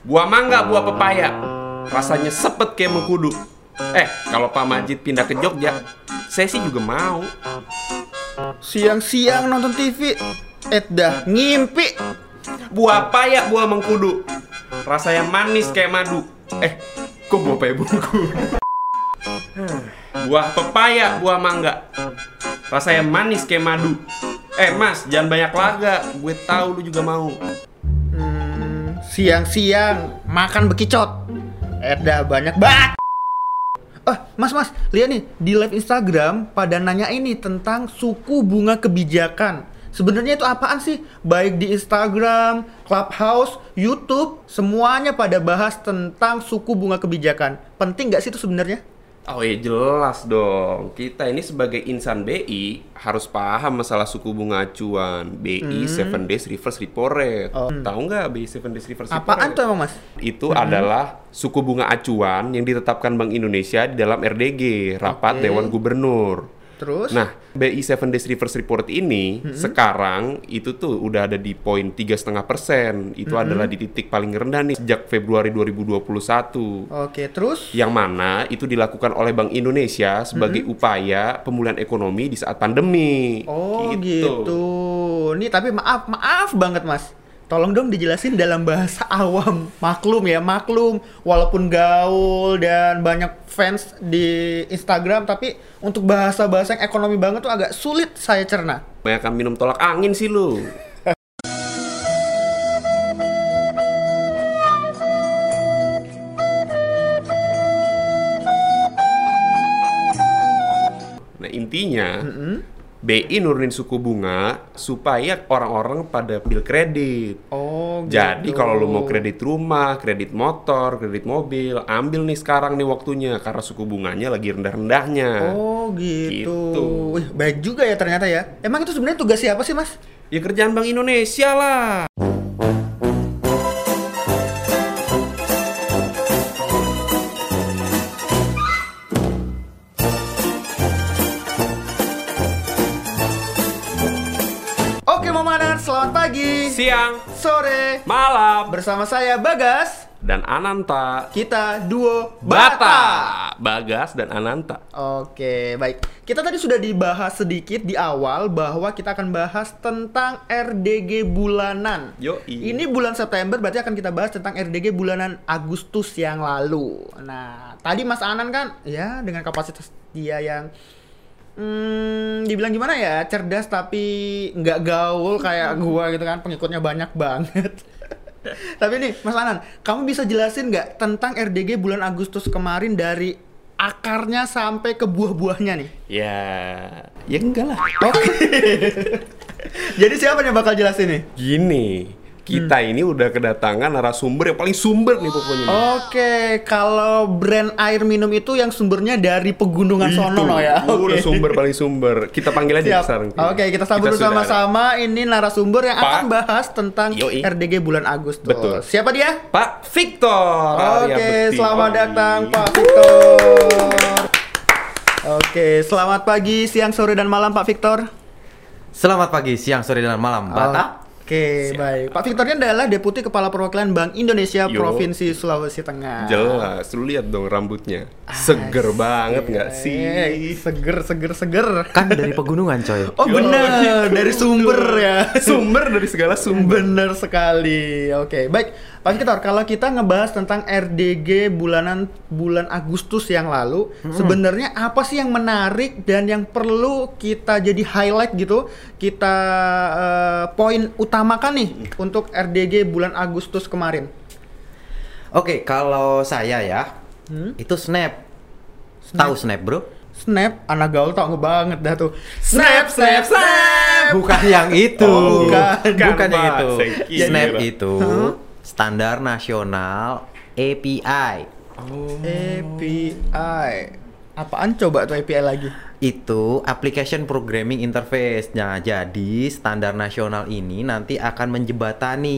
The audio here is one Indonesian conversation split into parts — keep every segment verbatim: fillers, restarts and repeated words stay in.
Buah mangga, buah pepaya. Rasanya sepet kayak mengkudu. Eh, kalau Pak Majid pindah ke Jogja, saya sih juga mau. Siang-siang nonton T V, eh dah ngimpi. Buah paya, buah mengkudu. Rasanya manis kayak madu. Eh, kok buah paya buah mengkudu? Buah pepaya, buah mangga. Rasanya manis kayak madu. Eh mas, jangan banyak laga. Gue tahu lu juga mau. Hmm, siang-siang makan bekicot. Eh dah banyak banget. Ah, mas mas, lihat nih di live Instagram pada nanya ini tentang suku bunga kebijakan. Sebenarnya itu apaan sih? Baik di Instagram, Clubhouse, YouTube, semuanya pada bahas tentang suku bunga kebijakan. Penting nggak sih itu sebenarnya? Oh iya jelas dong. Kita ini sebagai insan B I harus paham masalah suku bunga acuan B I hmm. seven days reverse repo rate. Oh. Tahu nggak B I seven days reverse repo rate? Apaan tuh emang mas? Itu hmm. adalah suku bunga acuan yang ditetapkan Bank Indonesia di dalam R D G, Rapat okay. Dewan Gubernur. Terus? Nah, B I seven days reverse repo rate ini hmm. sekarang itu tuh udah ada di poin tiga koma lima persen. Itu hmm. adalah di titik paling rendah nih sejak Februari dua ribu dua puluh satu. Oke, terus? Yang mana itu dilakukan oleh Bank Indonesia sebagai hmm. upaya pemulihan ekonomi di saat pandemi. Oh, gitu. gitu. Nih, tapi maaf, maaf banget, Mas. Tolong dong dijelasin dalam bahasa awam, maklum ya, maklum. Walaupun gaul dan banyak fans di Instagram, tapi untuk bahasa-bahasa yang ekonomi banget tuh agak sulit saya cerna. Banyak minum tolak angin sih lu. Nah intinya, mm-hmm. B I nurunin suku bunga supaya orang-orang pada ambil kredit. Oh, gitu. Jadi kalau lu mau kredit rumah, kredit motor, kredit mobil, ambil nih sekarang nih waktunya karena suku bunganya lagi rendah-rendahnya. Oh, gitu. gitu. Wih, baik juga ya ternyata ya. Emang itu sebenarnya tugas siapa sih, Mas? Ya kerjaan Bank Indonesia lah. Selamat pagi, siang, sore, malam. Bersama saya Bagas dan Ananta. Kita duo Bata. Bata. Bagas dan Ananta. Oke, baik. Kita tadi sudah dibahas sedikit di awal bahwa kita akan bahas tentang R D G bulanan. Yoi. Ini bulan September, berarti akan kita bahas tentang R D G bulanan Agustus yang lalu. Nah, tadi Mas Anan kan ya dengan kapasitas dia yang Hmm, dibilang gimana ya, cerdas tapi nggak gaul kayak gua gitu kan, pengikutnya banyak banget. Tapi nih Mas Anan, kamu bisa jelasin nggak tentang R D G bulan Agustus kemarin dari akarnya sampai ke buah-buahnya nih? Ya, ya enggak lah. Oke. Jadi siapa yang bakal jelasin nih? Gini, kita hmm. ini udah kedatangan narasumber yang paling sumber nih pokoknya. Oke, okay. Kalau brand air minum itu yang sumbernya dari pegunungan itu. Sono no ya. Okay. Udah sumber paling sumber. Kita panggil aja sekarang. Oke, okay, kita sambut bersama-sama ini narasumber yang Pak. akan bahas tentang Yoi. R D G bulan Agustus. Betul. Siapa dia? Pak Victor. Oke, okay, selamat datang Pak Victor. Oke, okay, selamat pagi, siang, sore, dan malam Pak Victor. Selamat pagi, siang, sore, dan malam Bata. Oh. Oke, Siap. baik. Pak Victor ini adalah Deputi Kepala Perwakilan Bank Indonesia Yo. Provinsi Sulawesi Tengah. Jelas, lu lihat dong rambutnya. Seger As- banget nggak yeah. sih? Seger, seger, seger. Kan dari pegunungan, coy. Oh benar, dari sumber ya. Sumber dari segala sumber. Benar sekali. Oke, baik. Pak Victor, kalau kita ngebahas tentang R D G bulanan bulan Agustus yang lalu, hmm. sebenarnya apa sih yang menarik dan yang perlu kita jadi highlight gitu, kita uh, poin utamakan nih untuk R D G bulan Agustus kemarin? Oke, kalau saya ya, hmm? itu Snap. Snap. Tahu Snap, bro? Snap, anak gaul tau banget dah tuh. Snap, snap, snap. Bukan yang itu. Oh, bukan, bukan yang itu. Snap Gila. itu huh? Standar Nasional A P I. Oh. A P I. Apaan coba tuh A P I lagi? Itu Application Programming Interface. Nah, jadi standar nasional ini nanti akan menjembatani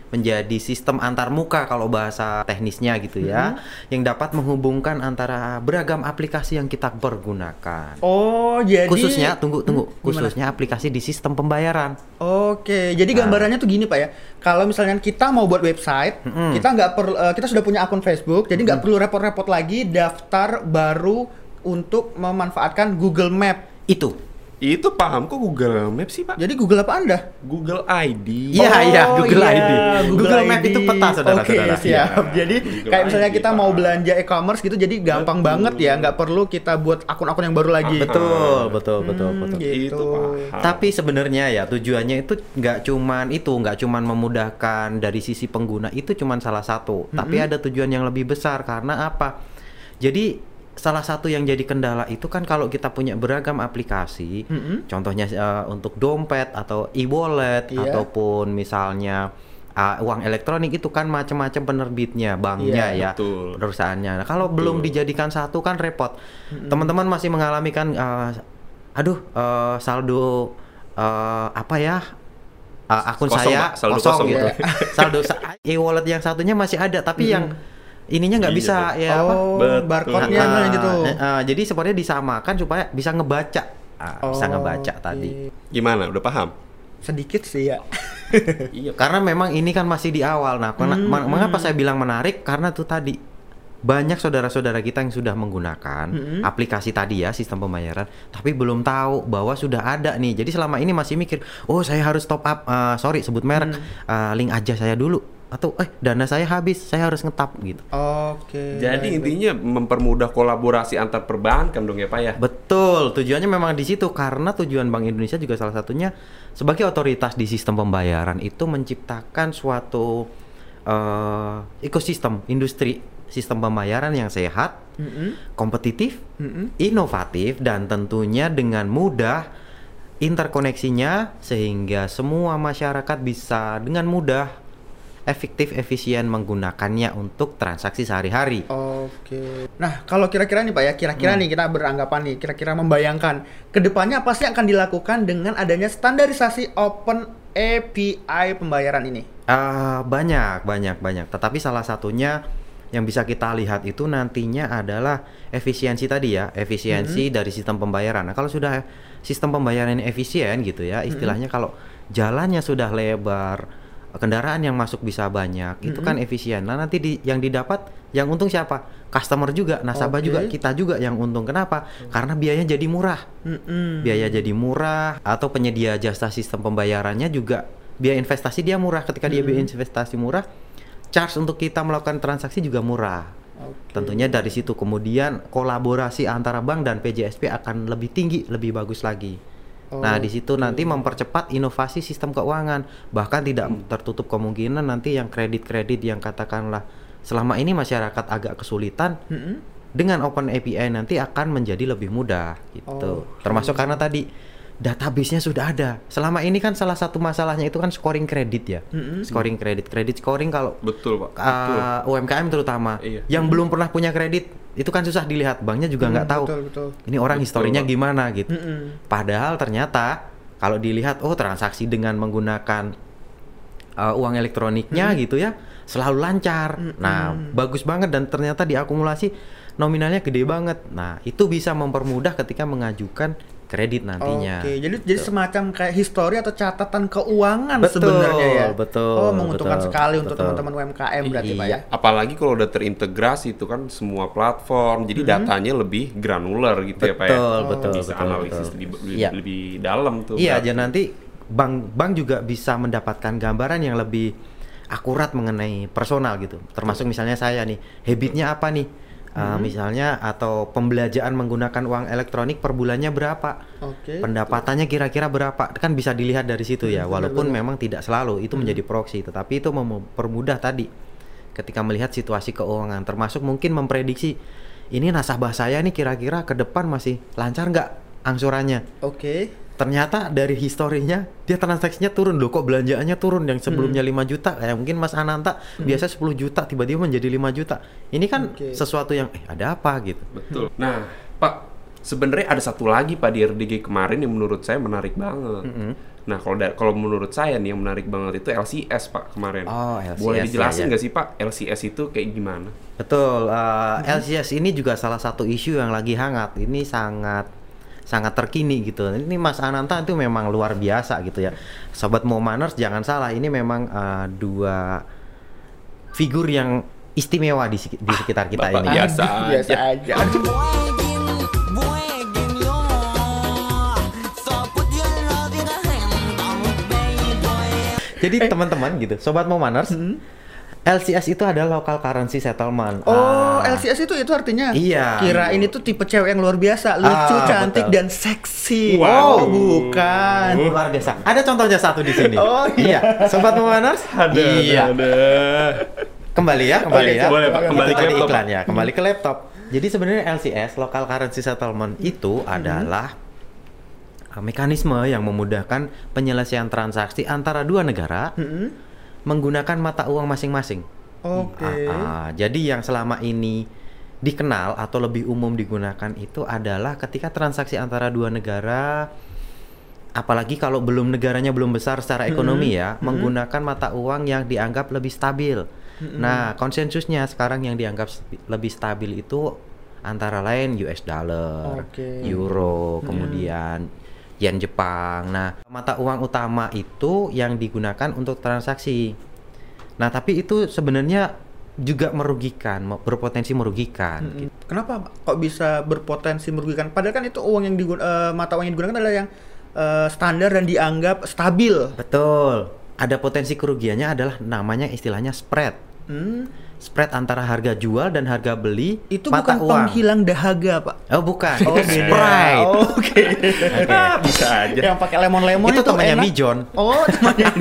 menjadi sistem antarmuka kalau bahasa teknisnya gitu ya, hmm. yang dapat menghubungkan antara beragam aplikasi yang kita pergunakan. Oh, jadi khususnya tunggu tunggu hmm, khususnya aplikasi di sistem pembayaran. Oke, jadi gambarannya nah. tuh gini Pak ya. Kalau misalnya kita mau buat website, hmm. kita nggak perlu uh, kita sudah punya akun Facebook, jadi nggak hmm. perlu repot-repot lagi daftar baru untuk memanfaatkan Google Map. Itu Itu paham kok Google Map sih Pak? Jadi Google apa Anda? Google I D. Iya oh, iya Google iya, I D. Google, Google I D. Map itu peta saudara-saudara. Oke okay, siap. Ya. Jadi Google kayak misalnya I D, kita paham. mau belanja e-commerce gitu, jadi gampang betul. banget ya, nggak perlu kita buat akun-akun yang baru lagi. Ah, betul betul betul hmm, betul. Gitu. Itu paham. Tapi sebenarnya ya tujuannya itu nggak cuman itu, nggak cuman memudahkan dari sisi pengguna, itu cuman salah satu. Mm-hmm. Tapi ada tujuan yang lebih besar karena apa? Jadi salah satu yang jadi kendala itu kan kalau kita punya beragam aplikasi, mm-hmm. contohnya uh, untuk dompet atau e-wallet yeah. ataupun misalnya uh, uang elektronik itu kan macam-macam penerbitnya, banknya yeah, ya, betul. perusahaannya. Nah, kalau betul. belum dijadikan satu kan repot. Mm-hmm. Teman-teman masih mengalami kan, uh, aduh uh, saldo uh, apa ya? Uh, akun kosong, saya Pak, saldo kosong, kosong gitu. saldo e-wallet yang satunya masih ada, tapi mm-hmm. yang ininya nggak bisa iya, ya apa oh, barcode-nya nah, gitu. Uh, uh, jadi sebenarnya disamakan supaya bisa ngebaca, uh, oh, bisa ngebaca okay. tadi. Gimana? Udah paham? Sedikit sih ya. Iya. Karena memang ini kan masih di awal. Nah, hmm, mengapa hmm. saya bilang menarik? Karena tuh tadi banyak saudara-saudara kita yang sudah menggunakan hmm. aplikasi tadi ya, sistem pembayaran, tapi belum tahu bahwa sudah ada nih. Jadi selama ini masih mikir, oh saya harus top up, uh, sorry sebut merek, hmm. uh, link aja saya dulu. Atau eh dana saya habis, saya harus ngetap gitu. Oke. Okay. Jadi intinya mempermudah kolaborasi antar perbankan dong ya Pak ya? Betul, tujuannya memang di situ karena tujuan Bank Indonesia juga salah satunya sebagai otoritas di sistem pembayaran itu menciptakan suatu uh, ekosistem industri sistem pembayaran yang sehat, mm-hmm. kompetitif, mm-hmm. inovatif dan tentunya dengan mudah interkoneksinya sehingga semua masyarakat bisa dengan mudah efektif efisien menggunakannya untuk transaksi sehari-hari. Oke. Nah, kalau kira-kira nih Pak ya, kira-kira hmm. nih kita beranggapan nih, kira-kira membayangkan kedepannya apa sih akan dilakukan dengan adanya standarisasi Open A P I pembayaran ini? Uh, banyak, banyak, banyak. Tetapi salah satunya yang bisa kita lihat itu nantinya adalah efisiensi tadi ya, efisiensi hmm. dari sistem pembayaran. Nah, kalau sudah sistem pembayaran ini efisien gitu ya, istilahnya hmm. kalau jalannya sudah lebar, kendaraan yang masuk bisa banyak, mm-hmm. itu kan efisien. Nah nanti di, yang didapat, yang untung siapa? Customer juga, nasabah okay. juga, kita juga yang untung. Kenapa? Mm-hmm. Karena biayanya jadi murah. Mm-hmm. Biaya jadi murah, atau penyedia jasa sistem pembayarannya juga biaya investasi dia murah. Ketika mm-hmm. dia biaya investasi murah, charge untuk kita melakukan transaksi juga murah. Okay. Tentunya dari situ kemudian kolaborasi antara bank dan P J S P akan lebih tinggi, lebih bagus lagi. Oh, nah di situ okay. nanti mempercepat inovasi sistem keuangan, bahkan tidak hmm. tertutup kemungkinan nanti yang kredit-kredit yang katakanlah selama ini masyarakat agak kesulitan hmm. dengan Open A P I nanti akan menjadi lebih mudah gitu. Oh, termasuk okay. karena tadi database-nya sudah ada. Selama ini kan salah satu masalahnya itu kan scoring kredit ya, hmm. scoring kredit, kredit scoring kalau betul Pak, uh, U M K M terutama iya. yang hmm. belum pernah punya kredit itu kan susah dilihat, banknya juga nggak hmm, tahu betul, betul. ini orang betul, historinya Pak. gimana gitu. Hmm. Padahal ternyata kalau dilihat oh transaksi dengan menggunakan uh, uang elektroniknya hmm. gitu ya selalu lancar. Hmm. Nah bagus banget dan ternyata diakumulasi nominalnya gede banget. Nah itu bisa mempermudah ketika mengajukan kredit nantinya. Oke, jadi jadi semacam kayak histori atau catatan keuangan sebenarnya ya. Betul. Oh, menguntungkan betul, sekali betul. untuk teman-teman U M K M berarti iya. Pak ya. Apalagi kalau udah terintegrasi itu kan semua platform, jadi mm-hmm. datanya lebih granular gitu betul, ya Pak ya. Betul, betul, bisa betul. analisis betul. Lebih, ya. lebih dalam tuh. Iya, jadi nanti bank bank juga bisa mendapatkan gambaran yang lebih akurat mengenai personal gitu. Termasuk misalnya saya nih, habitnya apa nih? Uh, hmm. misalnya atau pembelanjaan menggunakan uang elektronik per bulannya berapa, okay. pendapatannya kira-kira berapa, kan bisa dilihat dari situ ya. Hmm, walaupun bener-bener. memang tidak selalu itu hmm. menjadi proksi, tetapi itu mempermudah tadi ketika melihat situasi keuangan, termasuk mungkin memprediksi ini nasabah saya nih kira-kira ke depan masih lancar nggak angsurannya. Oke. Okay. Ternyata dari historinya dia transaksinya turun loh, kok belanjaannya turun yang sebelumnya hmm. lima juta, kayak mungkin Mas Ananta hmm. biasa sepuluh juta tiba-tiba menjadi lima juta. Ini kan okay. sesuatu yang eh ada apa gitu. Betul. Nah, Pak, Sebenarnya ada satu lagi Pak di R D G kemarin yang menurut saya menarik banget. Mm-hmm. Nah, kalau da- kalau menurut saya nih yang menarik banget itu L C S Pak kemarin. Oh, L C S. Boleh dijelasin ya, ya. nggak sih Pak L C S itu kayak gimana? Betul, uh, L C S ini juga salah satu isu yang lagi hangat. Ini sangat sangat terkini gitu. Ini Mas Ananta itu memang luar biasa gitu ya. Sobat Momaners jangan salah, ini memang uh, dua figur yang istimewa di, di sekitar kita Bapak ini. biasa Aduh, biasa aja. Aduh. Jadi teman-teman gitu, Sobat Momaners, hmm? L C S itu adalah local currency settlement. Oh, ah. L C S itu itu artinya? Iya. Kira ini tuh tipe cewek yang luar biasa, lucu, Ah, cantik betul. dan seksi. Wow. Oh, bukan. Luar biasa. Ada contohnya satu di sini. Oh, iya. Sobat Momaners? Ada, iya. ada. Kembali ya, kembali Oke, ya. boleh, Pak. Kembali Itu ke tadi laptop. iklan ya, kembali ke laptop. Jadi sebenarnya L C S, local currency settlement itu adalah uh, mekanisme yang memudahkan penyelesaian transaksi antara dua negara Mm-mm. menggunakan mata uang masing-masing. Oke. Ah, ah. Jadi yang selama ini dikenal atau lebih umum digunakan itu adalah ketika transaksi antara dua negara, apalagi kalau belum negaranya belum besar secara ekonomi Mm-hmm. ya, Mm-hmm. menggunakan mata uang yang dianggap lebih stabil. Mm-hmm. Nah, konsensusnya sekarang yang dianggap st- lebih stabil itu antara lain U S dollar, Oke. euro, kemudian yen Jepang. Nah, mata uang utama itu yang digunakan untuk transaksi. Nah, tapi itu sebenarnya juga merugikan, me- berpotensi merugikan. Mm-mm. gitu. Kenapa kok bisa berpotensi merugikan? Padahal kan itu uang yang digun- eh, mata uang yang digunakan adalah yang eh, standar dan dianggap stabil. Betul. Ada potensi kerugiannya adalah namanya istilahnya spread. Hmm. Spread antara harga jual dan harga beli Itu mata bukan uang. penghilang dahaga, Pak. Oh, bukan. Oh, itu beda. Sprite. Oh, Oke. Oke. Ah, bisa aja. Yang pakai lemon-lemon Itu itu temannya enak. Mijon. Oh, temannya.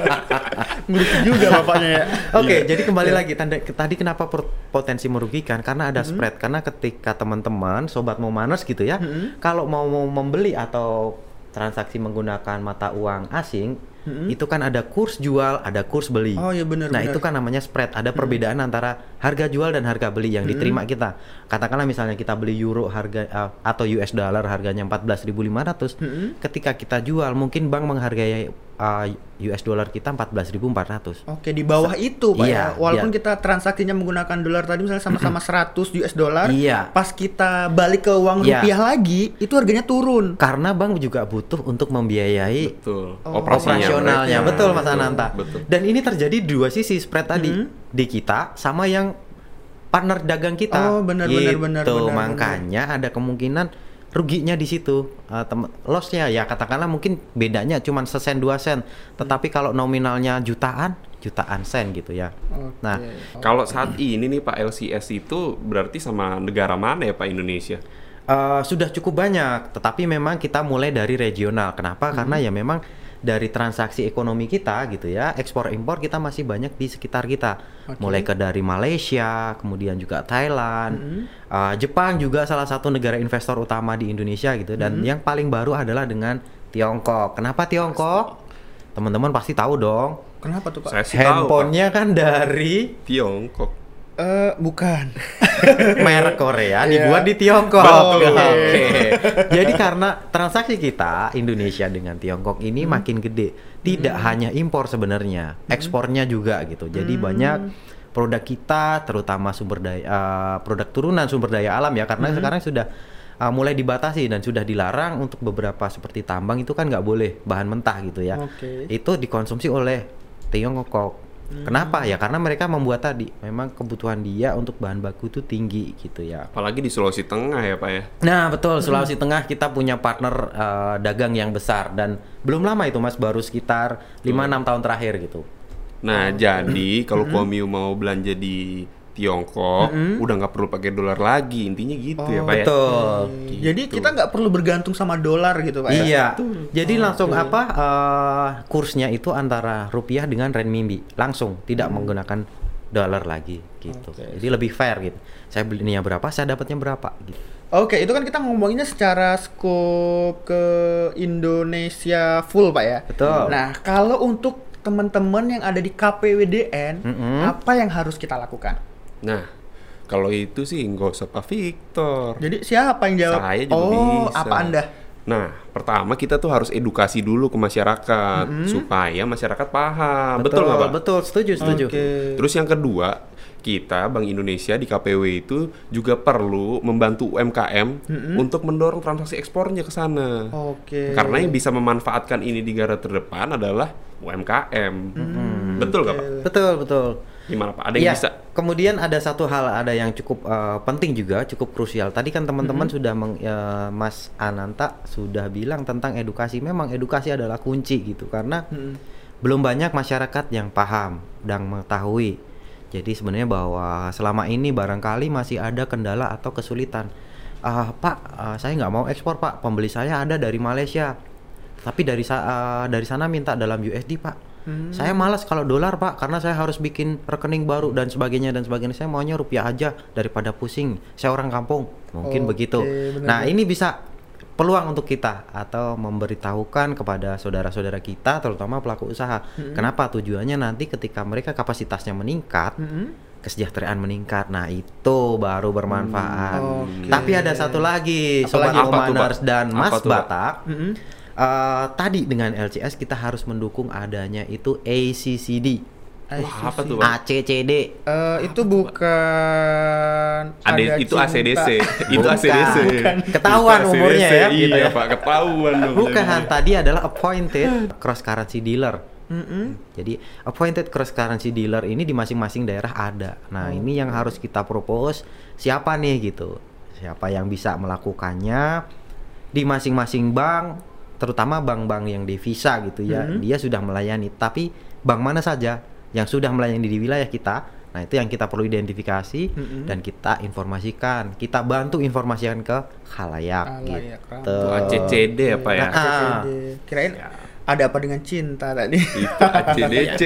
Ngerti juga bapaknya ya. Oke, jadi kembali lagi tanda, tadi kenapa per- potensi merugikan karena ada spread. Karena ketika teman-teman sobat Momaners gitu ya, Mm-hmm. kalau mau, mau membeli atau transaksi menggunakan mata uang asing, Mm-hmm. itu kan ada kurs jual, ada kurs beli. Oh, iya benar, Nah, benar. itu kan namanya spread. Ada perbedaan antara harga jual dan harga beli yang diterima kita. Katakanlah misalnya kita beli euro harga uh, atau U S dollar harganya empat belas ribu lima ratus. Mm-hmm. Ketika kita jual, mungkin bank menghargai uh, U S dollar kita empat belas ribu empat ratus. Oke, di bawah itu, Pak Iya, ya. Walaupun iya. kita transaksinya menggunakan dolar tadi misalnya sama-sama seratus U S dollar, Iya. pas kita balik ke uang Iya. rupiah lagi, itu harganya turun. Karena bank juga butuh untuk membiayai Betul. Oh. Operasinya operasionalnya, mereka. betul Mas Ananta. Betul. Dan ini terjadi di dua sisi spread tadi, Hmm. di kita sama yang partner dagang kita. Oh, benar, benar, benar, Gitu. benar, Makanya ada kemungkinan ruginya di situ. Uh, tem- lossnya ya katakanlah mungkin bedanya cuma sesen dua sen, tetapi kalau nominalnya jutaan, jutaan sen gitu ya. Oke. Nah, Kalau saat ini nih Pak L C S itu berarti sama negara mana ya Pak Indonesia? Uh, sudah cukup banyak, tetapi memang kita mulai dari regional. Kenapa? Hmm. Karena ya memang dari transaksi ekonomi kita gitu ya, ekspor impor kita masih banyak di sekitar kita. Oke. Mulai ke dari Malaysia, kemudian juga Thailand, Hmm. uh, Jepang juga salah satu negara investor utama di Indonesia gitu. Dan Hmm. yang paling baru adalah dengan Tiongkok. Kenapa Tiongkok? Teman-teman pasti tahu dong. Kenapa tuh, Pak? Saya sih tahu Pak. Handphonenya kan dari Tiongkok. Eh, bukan. merek Korea Iya. dibuat di Tiongkok. Betul. Oke. Jadi karena transaksi kita Indonesia dengan Tiongkok ini makin gede, tidak hanya impor sebenarnya, ekspornya juga gitu. Jadi banyak produk kita, terutama sumber daya, uh, produk turunan sumber daya alam ya, karena sekarang sudah uh, mulai dibatasi dan sudah dilarang untuk beberapa seperti tambang itu kan nggak boleh bahan mentah gitu ya. Oke. Itu dikonsumsi oleh Tiongkok. Kenapa? Ya karena mereka membuat tadi memang kebutuhan dia untuk bahan baku itu tinggi gitu ya. Apalagi di Sulawesi Tengah ya Pak ya. Nah betul, Sulawesi Tengah kita punya partner uh, dagang yang besar dan belum lama itu Mas, baru sekitar lima enam tahun terakhir gitu. Nah, jadi kalau Komiu mau belanja di Tiongkok, udah nggak perlu pakai dolar lagi, intinya gitu ya Oh, Pak ya. Betul. Jadi kita nggak perlu bergantung sama dolar gitu, Pak ya? Iya. Jadi langsung apa uh, kursnya itu antara rupiah dengan renminbi, langsung tidak menggunakan dolar lagi gitu. Oke. Jadi lebih fair gitu. Saya belinya berapa, saya dapatnya berapa gitu. Oke, itu kan kita ngomonginnya secara skop ke Indonesia full, Pak ya? Betul. Nah, kalau untuk teman-teman yang ada di K P W D N, Mm-mm. apa yang harus kita lakukan? Nah, Kalau itu sih nggak usah Pak Victor. Jadi siapa yang jawab? Saya juga oh, bisa. apa Anda? Nah, pertama kita tuh harus edukasi dulu ke masyarakat Mm-hmm. supaya masyarakat paham. Betul nggak Pak? Betul, setuju, setuju. Oke. Terus yang kedua, kita Bank Indonesia di K P W itu juga perlu membantu U M K M Mm-hmm. untuk mendorong transaksi ekspornya ke sana. Oke. Karena yang bisa memanfaatkan ini di garda terdepan adalah U M K M. Betul nggak Pak? Betul, betul. Gimana Pak? Ada yang Iya, bisa? kemudian ada satu hal ada yang cukup uh, penting juga, cukup krusial. Tadi kan teman-teman Mm-hmm. sudah meng, uh, Mas Ananta sudah bilang tentang edukasi. Memang edukasi adalah kunci gitu karena Mm-hmm. belum banyak masyarakat yang paham dan mengetahui. Jadi sebenarnya bahwa selama ini barangkali masih ada kendala atau kesulitan. Uh, Pak, uh, saya nggak mau ekspor Pak. Pembeli saya ada dari Malaysia. Tapi dari sa- uh, dari sana minta dalam U S D Pak. Hmm. Saya malas kalau dolar Pak, karena saya harus bikin rekening baru dan sebagainya dan sebagainya. Saya maunya rupiah aja daripada pusing. Saya orang kampung, mungkin Oke, begitu. benar-benar. Nah ini bisa peluang untuk kita atau memberitahukan kepada saudara-saudara kita, terutama pelaku usaha. Mm-hmm. Kenapa? Tujuannya nanti ketika mereka kapasitasnya meningkat, Mm-hmm. kesejahteraan meningkat. Nah itu baru bermanfaat. Hmm, oke. Tapi ada satu lagi, Apa Sobat lagi? Apa tuh, Omaners Pak? dan Apa Mas tuh, Pak? Batak. Mm-hmm. Uh, tadi dengan L C S kita harus mendukung adanya itu A C C D, Wah, apa tuh A Pak? C C D. Eh, itu bukan Ada ada itu A C D C. cinta. Itu A C D C. Bukan. Ketahuan Itu A C D C. umurnya ya, gitu Iya ya. Pak, ketahuan dong. Bukan, tadi adalah appointed cross currency dealer. Mm-mm. Jadi appointed cross currency dealer ini di masing-masing daerah ada. Nah ini yang harus kita propose, siapa nih gitu, siapa yang bisa melakukannya di masing-masing bank, terutama bank-bank yang devisa gitu ya. Mhm. Dia sudah melayani, tapi bank mana saja yang sudah melayani di wilayah kita. Nah itu yang kita perlu identifikasi Mhm. dan kita informasikan, kita bantu informasikan ke khalayak Khalayak, gitu. Itu A C C D apa ya? Ah. A C C D. Kirain Ya. ada apa dengan cinta tadi? Itu A C D C.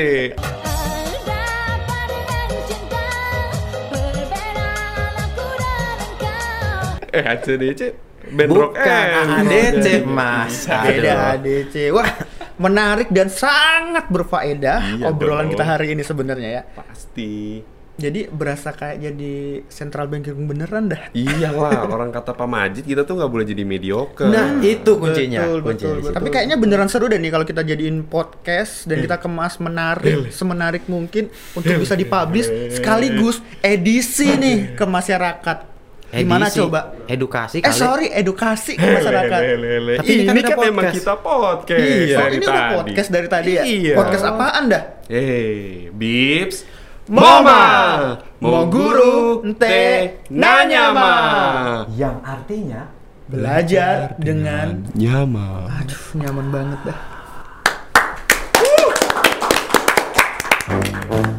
Eh A C D C band rock Bukan and A D C roll. mas. Beda Aduh. A D C. Wah, menarik dan sangat berfaedah Iya obrolan dong. kita hari ini sebenarnya ya. Pasti. Jadi berasa kayak jadi central banking beneran dah. Iyalah, orang kata Pak Majid kita tuh nggak boleh jadi mediocre. Nah itu kuncinya. Betul, kuncinya betul, di betul. situ. Tapi kayaknya beneran seru deh nih kalau kita jadiin podcast dan kita kemas menarik, semenarik mungkin untuk bisa dipublish sekaligus edisi nih ke masyarakat. Gimana Edisi, coba? edukasi Eh kali. sorry, edukasi ke masyarakat. Lele. Tapi ini ini kan kan, kita memang podcast. kita podcast Iya, dari ini tadi. udah podcast dari tadi ya. Iya. Podcast apaan dah? Hey, Bips, Mama, mau guru, ente, nanya mah. Yang artinya Belajar dengan Nyama. aduh nyaman banget dah.